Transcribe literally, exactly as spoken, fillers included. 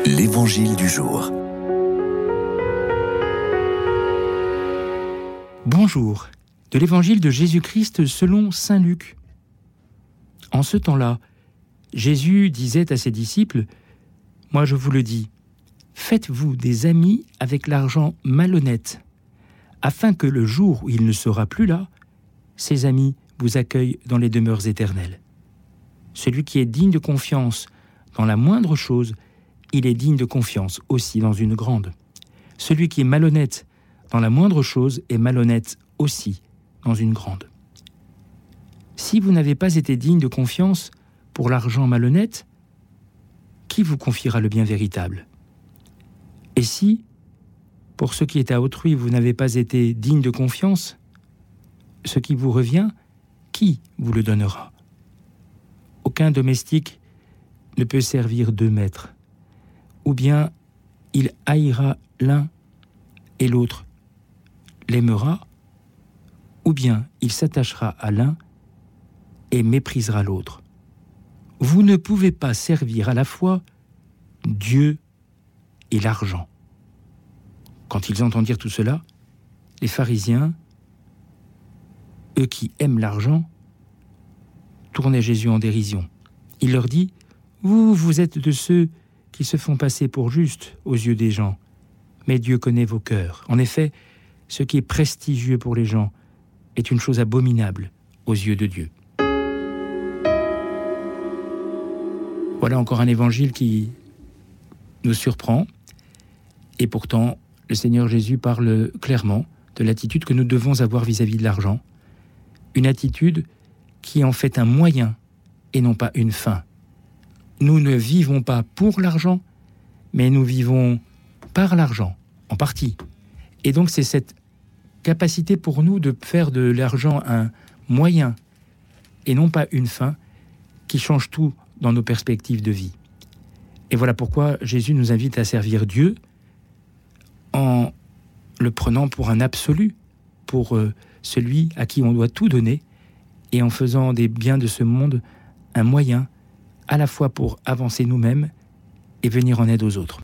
L'Évangile du jour. Bonjour, de l'Évangile de Jésus-Christ selon saint Luc. En ce temps-là, Jésus disait à ses disciples : « Moi je vous le dis, faites-vous des amis avec l'argent malhonnête, afin que le jour où il ne sera plus là, ces amis vous accueillent dans les demeures éternelles. Celui qui est digne de confiance dans la moindre chose, il est digne de confiance aussi dans une grande. Celui qui est malhonnête dans la moindre chose est malhonnête aussi dans une grande. Si vous n'avez pas été digne de confiance pour l'argent malhonnête, qui vous confiera le bien véritable ? Et si, pour ce qui est à autrui, vous n'avez pas été digne de confiance, ce qui vous revient, qui vous le donnera ? Aucun domestique ne peut servir deux maîtres. Ou bien il haïra l'un et l'autre l'aimera, ou bien il s'attachera à l'un et méprisera l'autre. Vous ne pouvez pas servir à la fois Dieu et l'argent. » Quand ils entendirent tout cela, les pharisiens, eux qui aiment l'argent, tournaient Jésus en dérision. Il leur dit : « Vous, vous êtes de ceux qui se font passer pour justes aux yeux des gens, mais Dieu connaît vos cœurs. En effet, ce qui est prestigieux pour les gens est une chose abominable aux yeux de Dieu. » Voilà encore un évangile qui nous surprend, et pourtant le Seigneur Jésus parle clairement de l'attitude que nous devons avoir vis-à-vis de l'argent, une attitude qui est en fait un moyen et non pas une fin. Nous ne vivons pas pour l'argent, mais nous vivons par l'argent, en partie. Et donc c'est cette capacité pour nous de faire de l'argent un moyen et non pas une fin qui change tout dans nos perspectives de vie. Et voilà pourquoi Jésus nous invite à servir Dieu en le prenant pour un absolu, pour euh, celui à qui on doit tout donner, et en faisant des biens de ce monde un moyen à la fois pour avancer nous-mêmes et venir en aide aux autres.